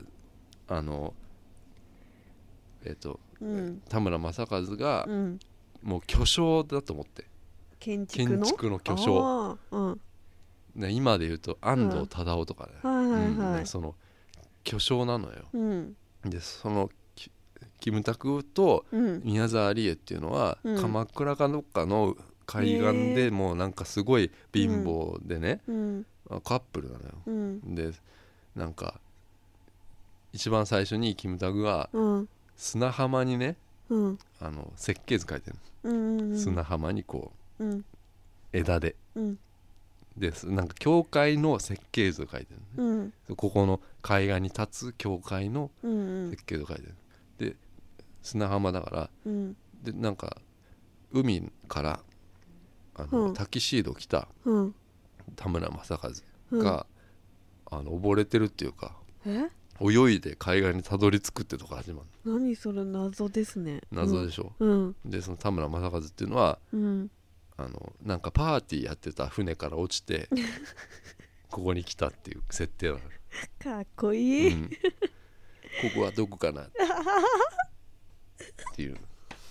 S1: 田村正和がもう巨匠だと思って、
S2: 建築
S1: の巨匠、今で言うと安藤忠雄とかね、その巨匠なのよ、でそのキムタクと宮沢りえっていうのは、鎌倉かどっかの海岸でもうなんかすごい貧乏でね、カップルなのよ、でなんか一番最初にキムタクが砂浜にね、設計図描いてる、砂浜にこう、枝で、でなんか教会の設計図を描いてる、ここの海岸に立つ教会の設計図を描いてる、で砂浜だから、でなんか海からタキシード着た田村正和が、溺れてるっていうか、泳いで海岸にたどり着くってとこ始まる。
S2: 何それ、謎ですね。
S1: 謎でしょ、でその田村正和っていうのは、なんかパーティーやってた船から落ちてここに来たっていう設定なの。
S2: かっこいい、
S1: ここはどこかなっていう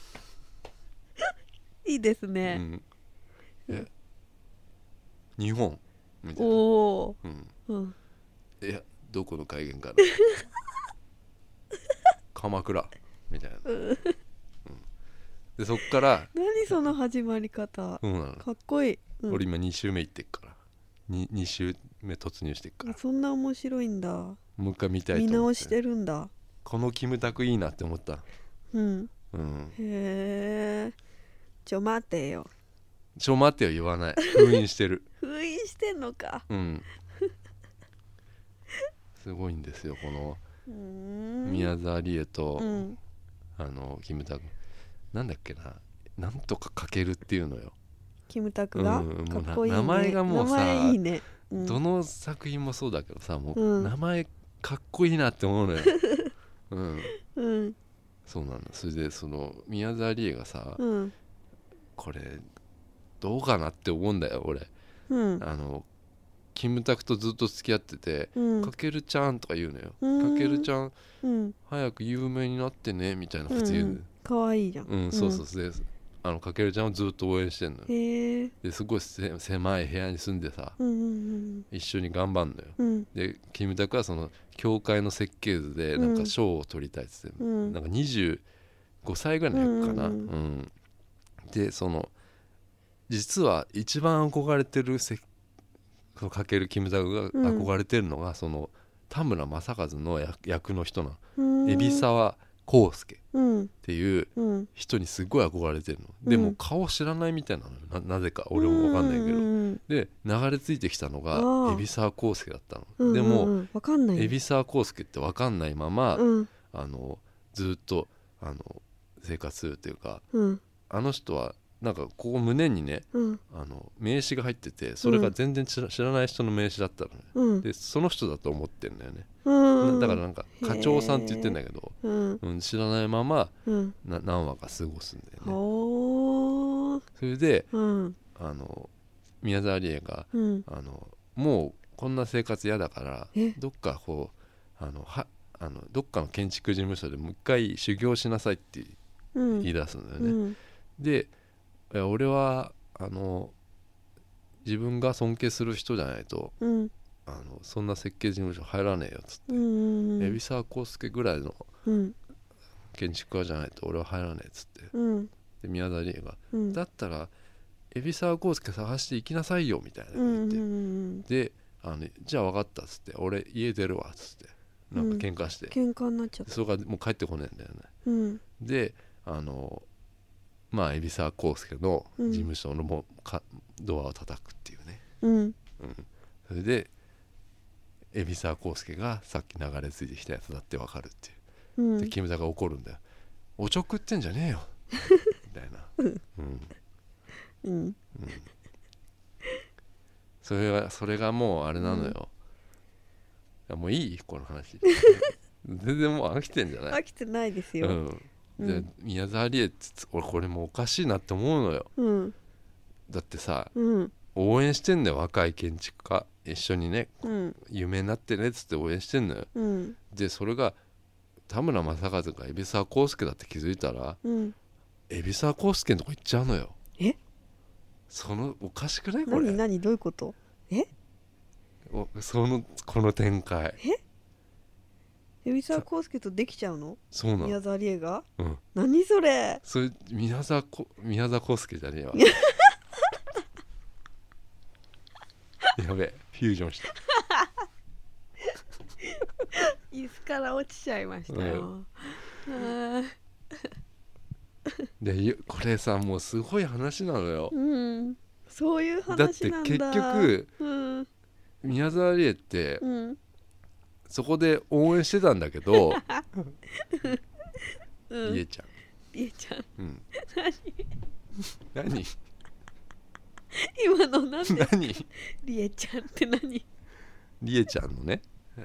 S2: いいですね、
S1: 日本みたいな。
S2: おお、
S1: いやどこの海岸かな鎌倉みたいな、でそっから
S2: 何その始まり方、
S1: そうなの
S2: かっこいい、
S1: 俺今2週目行ってっから 2週目突入してっから、
S2: そんな面白いんだ。
S1: もう一回見たいと思って、
S2: 見直してるんだ。
S1: このキムタクいいなって思った。
S2: へえ。待てよ。
S1: 待ってよ言わない、封印してる
S2: 封印してんのか。
S1: すごいんですよこの宮沢りえと、キムタクなんだっけな、なんとかかけるっていうのよ、
S2: キムタクが、かっこいいね、
S1: 名前がもうさ、
S2: 名前いいね、
S1: どの作品もそうだけどさ、もう名前かっこいいなって思うのよそうなんだ。それでその宮沢りえがさ、これどうかなって思うんだよ俺、キムタクとずっと付き合ってて、かけるちゃんとか言うのよ、かけるちゃん、早く有名になってねみたいな普通言うのよ、
S2: かわいいじゃん、
S1: そうそうでかけるちゃんをずっと応援してんのよ。ですごい狭い部屋に住んでさ、一緒に頑張んのよ、でキムタクはその教会の設計図でなんか賞を取りたいっつって、なんか25歳ぐらいの役かな、でその実は一番憧れてるそのかけるキムタクが憧れてるのが、その田村正和の役の人なの、海老沢康介っていう人にすごい憧れてるの、でも顔知らないみたいなのよ、なぜか俺も分かんないけど、で流れ着いてきたのが海老沢康介だったの、でも海老沢康介って分かんないまま、ずっと生活するっていうか、あの人はなんかここ胸にね、名刺が入ってて、それが全然知らない人の名刺だったのね、でその人だと思ってんだよね、だからなんか課長さんって言ってんだけど、知らないまま、何話か過ごすんだよね。それで、宮沢りえが、もうこんな生活嫌だからどっかこうどっかの建築事務所でもう一回修行しなさいって言い出すんだよね、で俺は自分が尊敬する人じゃないと、そんな設計事務所入らねえよっつって、海老沢康介ぐらいの建築家じゃないと俺は入らねえっつって、で宮沢りえが、だったら海老沢康介探して行きなさいよみたいな言って、でじゃあ分かったっつって、俺家出るわっつってなんか喧嘩して、
S2: 喧嘩になっちゃった。
S1: それからもう帰ってこねえんだよね、でまあ海老沢康介の事務所のドアを叩くっていうね、それで海老沢康介がさっき流れ着いてきたやつだって分かるっていう、でキムタクが怒るんだよ、おちょくってんじゃねえよみたいな、それがもうあれなのよ、もういいこの話全然もう飽きてんじゃない？
S2: 飽きてないですよ、
S1: で宮沢りえって俺これもおかしいなって思うのよ、だってさ、応援してんだよ若い建築家一緒にね、有名になってねっつって応援してんのよ、でそれが田村正和が海老沢康介だって気づいたら、海老沢康介のとこ行っちゃうのよ。おかしくないこれ？
S2: 何どういうこと？
S1: この展開。
S2: 海老沢康介とできちゃうの？
S1: そうなの。
S2: 宮沢りえが？何それ？
S1: それ宮沢康介じゃねえわやべえフュージョンした
S2: 椅子から落ちちゃいましたよ、
S1: でこれさもうすごい話なのよ、
S2: そういう話なんだ。
S1: だって結局、宮沢りえって、そこで応援してたんだけどりえちゃん、何
S2: 今のなんで
S1: 何
S2: りえちゃんって何？
S1: りえちゃんのね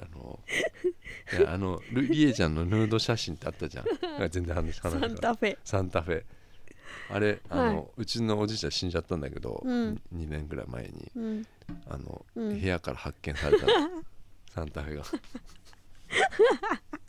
S1: りえちゃんのヌード写真ってあったじゃん全然話
S2: サンタフェ
S1: あれうちのおじいちゃん死んじゃったんだけど、2年ぐらい前に、部屋から発見されたのサンタフェが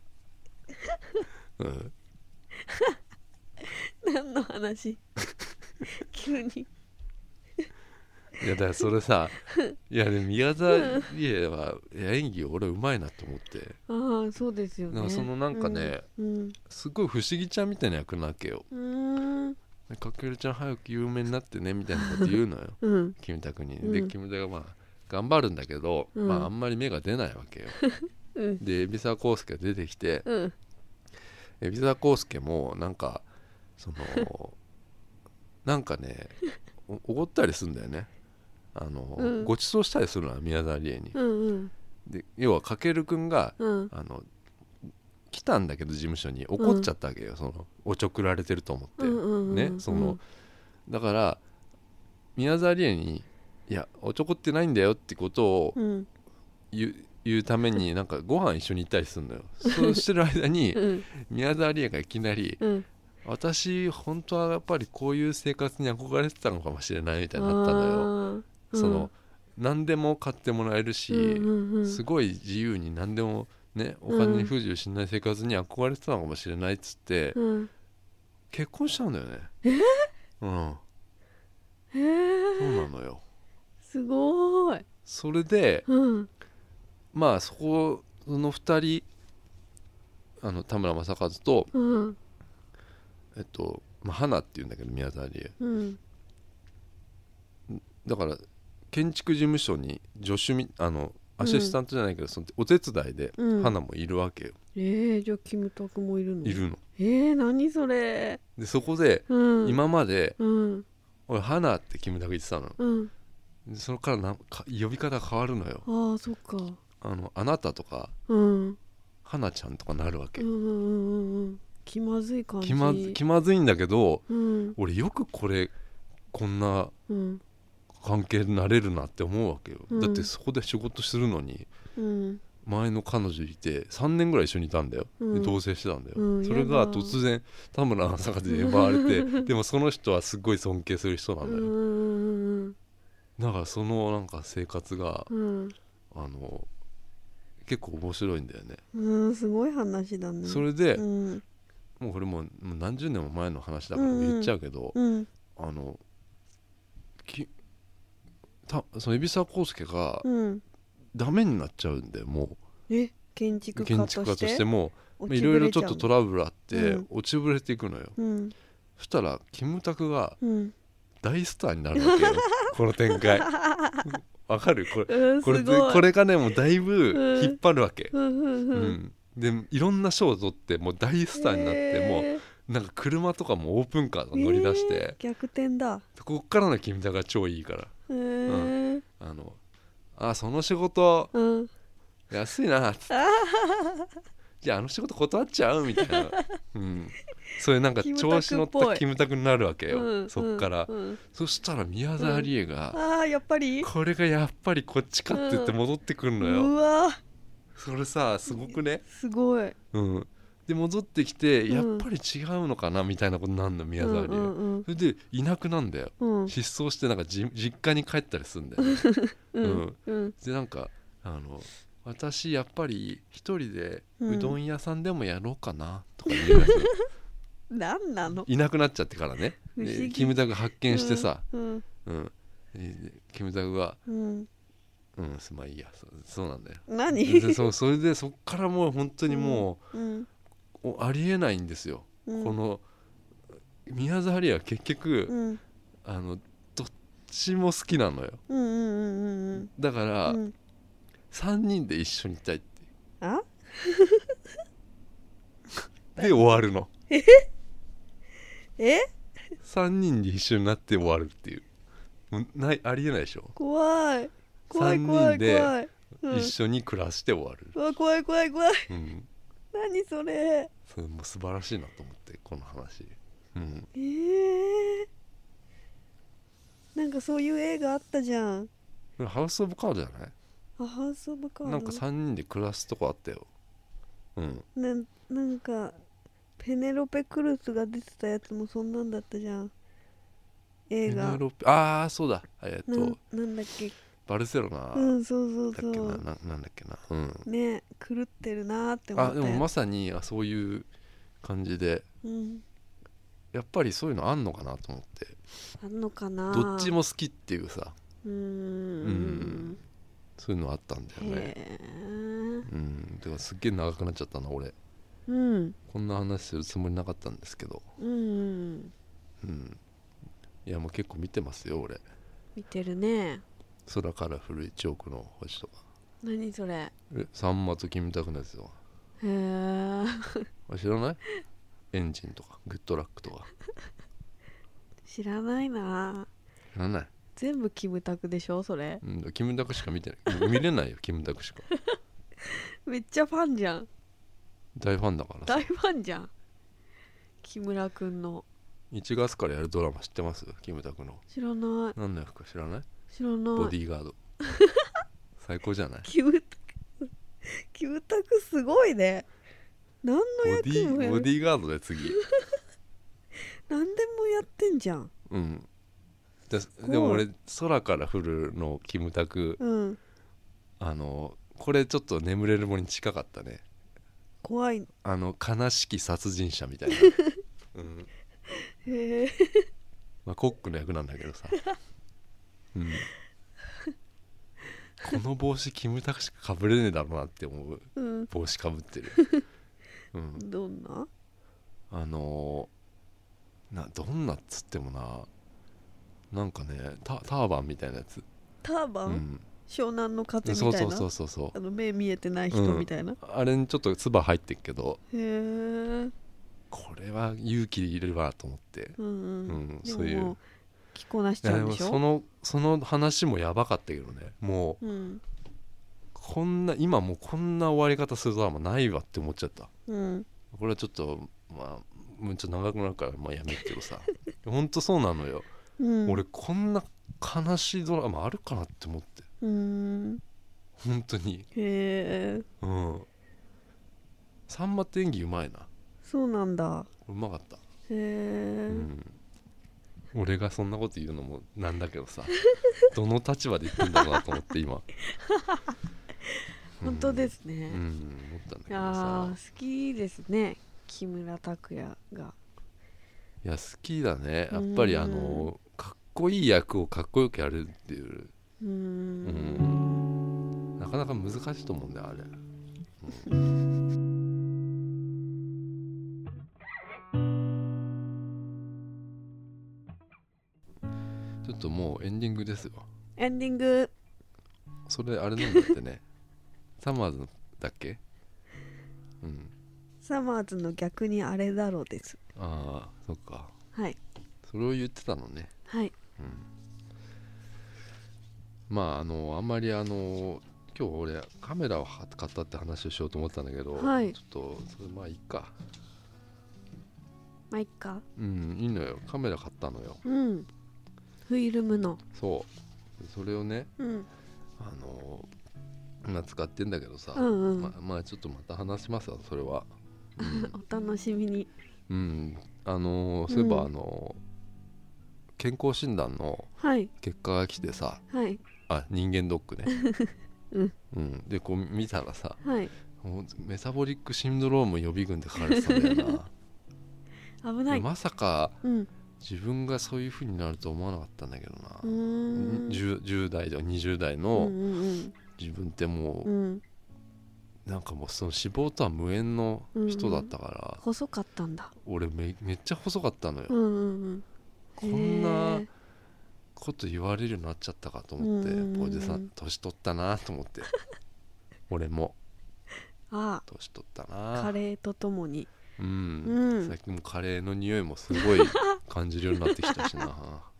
S2: 何の話？ 急に
S1: いやだからそれさいやでも宮沢りえは演技俺うまいなと思って。
S2: ああそうですよね。
S1: なんかそのなんかね、すごい不思議ちゃんみたいな役なわけよ。かけるちゃん早く有名になってねみたいなこと言うのよ、キムタクに。でキムタクがまあ頑張るんだけど、まああんまり芽が出ないわけよ。で海老沢康介が出てきて、海老沢康介もなんかそのなんかねおごったりするんだよね。ご馳走したりするのは宮沢りえに、で要はかけるくんが、来たんだけど事務所に怒っちゃったわけよ、そのおちょくられてると思って、ね、そのだから宮沢りえにいやおちょこってないんだよってことを言うためになんかご飯一緒に行ったりするのよ。そうしてる間に宮沢りえがいきなり、私本当はやっぱりこういう生活に憧れてたのかもしれないみたいになったのよ。その何でも買ってもらえるし、すごい自由に何でもね、お金に不自由しない生活に憧れてたのかもしれないっつって、結婚しちゃうんだよね。そうなのよ。
S2: すごい。
S1: それで、まあその2人田村正和と、花っていうんだけど宮沢りえ、だから建築事務所に助手アシスタントじゃないけど、そのお手伝いで花もいるわけよ。
S2: じゃあキムタクもいるの？
S1: いるの。
S2: 何それ。
S1: でそこで、今まで、俺花ってキムタク言ってたの、それから呼び方が変わるのよ。
S2: ああそっか。
S1: あなたとか、花ちゃんとかなるわけ。
S2: 気まずい感じ。
S1: 気まずいんだけど、俺よくこんな関係になれるなって思うわけよ、だってそこで仕事するのに、前の彼女いて3年ぐらい一緒にいたんだよ、で同棲してたんだよ、それが突然田村正和に奪われてでもその人はすごい尊敬する人なんだよ。だからそのなんか生活が、結構面白いんだよね。
S2: すごい話だね。
S1: それで、もうこれもう何十年も前の話だから言っちゃうけど、その海老沢康介がダメになっちゃうんで、もう
S2: 建築家として
S1: もいろいろちょっとトラブルあって落ちぶれていくのよ、そしたらキムタクが大スターになるわけよこの展開わかる？これがねもうだいぶ引っ張るわけ、でいろんな賞を取ってもう大スターになって、もうなんか車とかもオープンカーとか乗り出して、
S2: 逆転だ。
S1: こっからのキムタクが超いいから、その仕事、安いなっつってじゃああの仕事断っちゃうみたいな、そういうなんか調子乗ったキムタクになるわけよ、そっから、そしたら宮沢りえが、
S2: やっぱり
S1: これがやっぱりこっちかって言って戻ってくるのよ、
S2: うわ
S1: それさすごくね、
S2: すごい、
S1: で戻ってきて、やっぱり違うのかなみたいなことになるの宮沢りえ、それでいなくなんだよ、失踪してなんか実家に帰ったりするんだよね、でなんか私やっぱり一人でうどん屋さんでもやろうかなとか言うんですよ
S2: 何なの？
S1: いなくなっちゃってからね、キムタク発見してさ、キムタクがまあいいや、そうなんだよ。それでそっからもう本当にもう、ありえないんですよ、この宮沢りえは結局、どっちも好きなのよ、だから、3人で一緒にいたいってで終わるの3人で一緒になって終わるっていう、ありえないでしょ。
S2: 怖い
S1: 3人で一緒に暮らして終わる、
S2: 怖い、何それ。
S1: それも素晴らしいなと思ってこの話、
S2: なんかそういう映画あったじゃん。
S1: ハウスオブカードじゃない？
S2: ハウスオブカード
S1: なんか3人で暮らすとこあったよ。
S2: なんかペネロペ・クルスが出てたやつもそんなんだったじゃん、映画。
S1: そうだ、
S2: なんだっけ、
S1: バルセロナ
S2: そう
S1: なんだっけな、
S2: ね、狂ってるなって思った。
S1: でもまさにそういう感じで、 やっぱりそういうのあんのかなと思って。
S2: あんのかな。
S1: どっちも好きっていうさ、そういうのあったんだよね。だからすっげえ長くなっちゃったな俺。こんな話するつもりなかったんですけど。いやもう結構見てますよ俺。
S2: 見てるね。
S1: 空から降る1億の星とか。
S2: 何それ。
S1: さんまとキムタクのやつよ。へえ。知らない？エンジンとかグッドラックとか。
S2: 知らないな。
S1: 知らない。
S2: 全部キムタクでしょそれ。
S1: キムタクしか見てない。見れないよキムタクしか。
S2: めっちゃファンじゃん。
S1: 大ファンだからさ。
S2: 大ファンじゃん木村くんの。
S1: 1月からやるドラマ知ってます？キムタクの。
S2: 知らない。
S1: 何の役か知らない？
S2: 知らない。
S1: ボディーガード。最高じゃない？
S2: キムタクすごいね。何の役もやる。
S1: ボディーガードで次。
S2: 何でもやってんじゃん。
S1: でも俺空から降るのキムタク、これちょっと眠れる森に近かったね。
S2: 怖い。
S1: 悲しき殺人者みたいな。
S2: へえ。
S1: まあコックの役なんだけどさ。この帽子キムタクしか被れねえだろうなって思う、帽子かぶってる。
S2: どんな？
S1: どんなっつってもなんかねターバンみたいなやつ。
S2: ターバン？湘南の風みたいな。そう目見えてない人みたいな、
S1: あれにちょっと唾入ってるけど。
S2: へえ。
S1: これは勇気いるわと思って、そういう
S2: 着こなしちゃうんでし
S1: ょ。その話もやばかったけどね。もう、今もうこんな終わり方するドラマないわって思っちゃった。これはちょっともうちょっと長くなるからやめるけどさ。ほんとそうなのよ。俺こんな悲しいドラマあるかなって思って。本当に。
S2: へえ。
S1: さんまって演技うまいな。
S2: そうなんだ。
S1: うまかった。へ
S2: え。
S1: 俺がそんなこと言うのもなんだけどさ、どの立場で言ってんだろうなと思って今。
S2: 本当ですね。
S1: 思ったんだけど
S2: さ。好きですね木村拓哉が。
S1: いや好きだねやっぱり。かっこいい役をかっこよくやるっていう。なかなか難しいと思うんだよあれ。ちょっともうエンディングですよ。
S2: エンディング。
S1: それあれなんだってね。サマーズだっけ？
S2: サマーズの逆にあれだろうです。
S1: ああそっか。
S2: はい。
S1: それを言ってたのね。
S2: はい。
S1: まああんまり今日俺カメラを買ったって話をしようと思ったんだけど、ちょっとそれまあいいか。
S2: まあいいか。
S1: いいのよ。カメラ買ったのよ。
S2: フィルムの。
S1: そう。それをね、今使ってんだけどさ、まあちょっとまた話しますわそれは。
S2: お楽しみに。
S1: そういえば健康診断の結果が来てさ、人間ドックね。でこう見たらさ、メタボリックシンドローム予備軍って書かれてたんだよな。
S2: 危ない。
S1: まさか、自分がそういう風になると思わなかったんだけどな。10代とか20代の自分ってもう、なんかもうその脂肪とは無縁の人だったから、
S2: 細かったんだ。
S1: 俺めっちゃ細かったのよ。こんなこと言われるようになっちゃったかと思って、おじさん年取ったなと思って。俺も年取ったな。
S2: カレーとともに。
S1: 最近もカレーの匂いもすごい感じるようになってきたしな。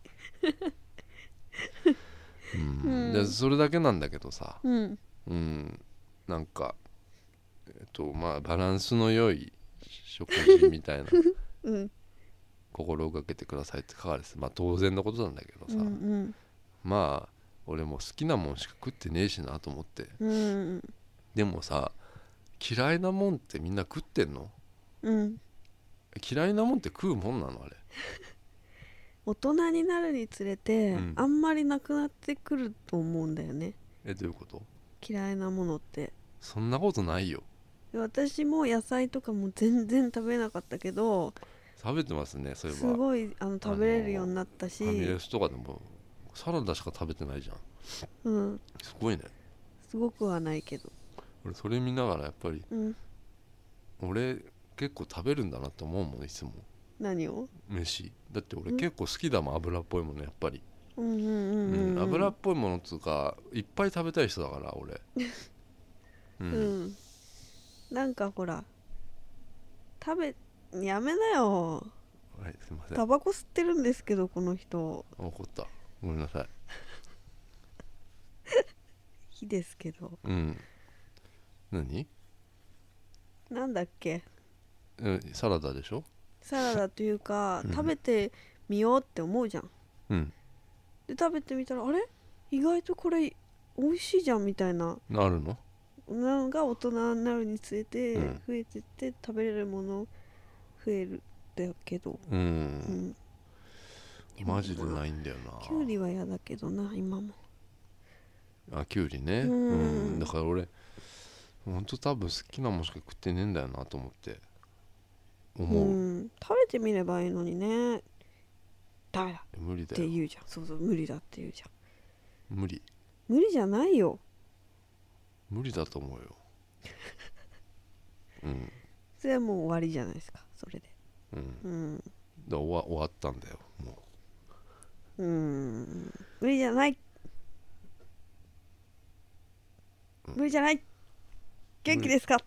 S1: でそれだけなんだけどさ、なんかまあバランスの良い食事みたいな、心がけてくださいって書かれて、まあ当然のことなんだけどさ、まあ俺も好きなもんしか食ってねえしなと思って、でもさ嫌いなもんってみんな食ってんの？嫌いなもんって食うもんなのあれ？
S2: 大人になるにつれて、あんまりなくなってくると思うんだよね。
S1: どういうこと？
S2: 嫌いなものって。
S1: そんなことないよ。
S2: 私も野菜とかも全然食べなかったけど、
S1: 食べてますね。そういえば
S2: すごい食べれるようになったし、
S1: ファミレスとかでもサラダしか食べてないじゃん。うんすごいね。
S2: すごくはないけど、
S1: 俺それ見ながらやっぱり、俺結構食べるんだなって思うもんいつも。
S2: 何を？
S1: 飯だって俺結構好きだもん、油っぽいものやっぱり。油っぽいものっつうかいっぱい食べたい人だから俺
S2: なんかほらやめなよ。
S1: はいすいません。
S2: タバコ吸ってるんですけどこの人。
S1: 怒った、ごめんなさい。
S2: いいですけど。
S1: 何？
S2: なんだっけ？
S1: サラダでしょ？
S2: サラダというか、食べてみようって思うじゃん。で食べてみたらあれ意外とこれ美味しいじゃんみたいな
S1: なるの？
S2: なんか大人になるにつれて増えてって食べれるもの増えるんだけど、
S1: マジでないんだよな。
S2: きゅうりは嫌だけどな今も。
S1: きゅうりね。だから俺ほんと多分好きなもんしか食ってねえんだよなと思って思う。
S2: 食べてみればいいのにね。ダメだ
S1: 無理だよ
S2: って言うじゃん。そう無理だって言うじゃん。
S1: 無理
S2: じゃないよ。無
S1: 理だと思うよ。
S2: それはもう終わりじゃないですかそれで。
S1: だ終わったんだよも
S2: う。無理じゃない、無理じゃない。元気ですか？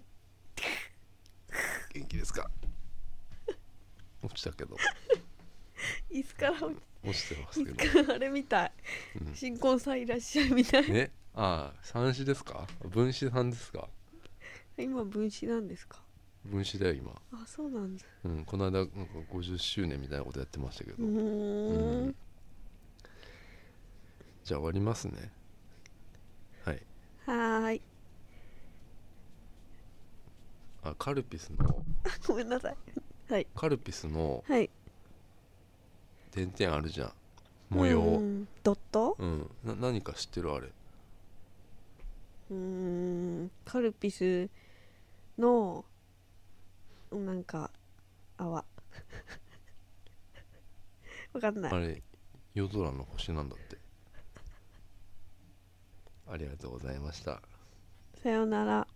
S1: 元気ですか？落ちたけど
S2: 椅子から落
S1: ちてますけど。
S2: 椅子からあれみたい、新婚さんいらっしゃいみたい。
S1: 三子ですか？分子さんですか？
S2: 今分子なんですか？
S1: 分子だよ今。
S2: あ、そうなんだ。
S1: この間なんか50周年みたいなことやってましたけど。じゃあ終わりますね。
S2: はい。
S1: カルピスの
S2: ごめんなさい。はい。
S1: カルピスの
S2: はい。
S1: 点々あるじゃん模様。
S2: ドット？
S1: 何か知ってるあれ？
S2: カルピスのなんか泡わかんない。
S1: あれ夜空の星なんだって。ありがとうございました。
S2: さようなら。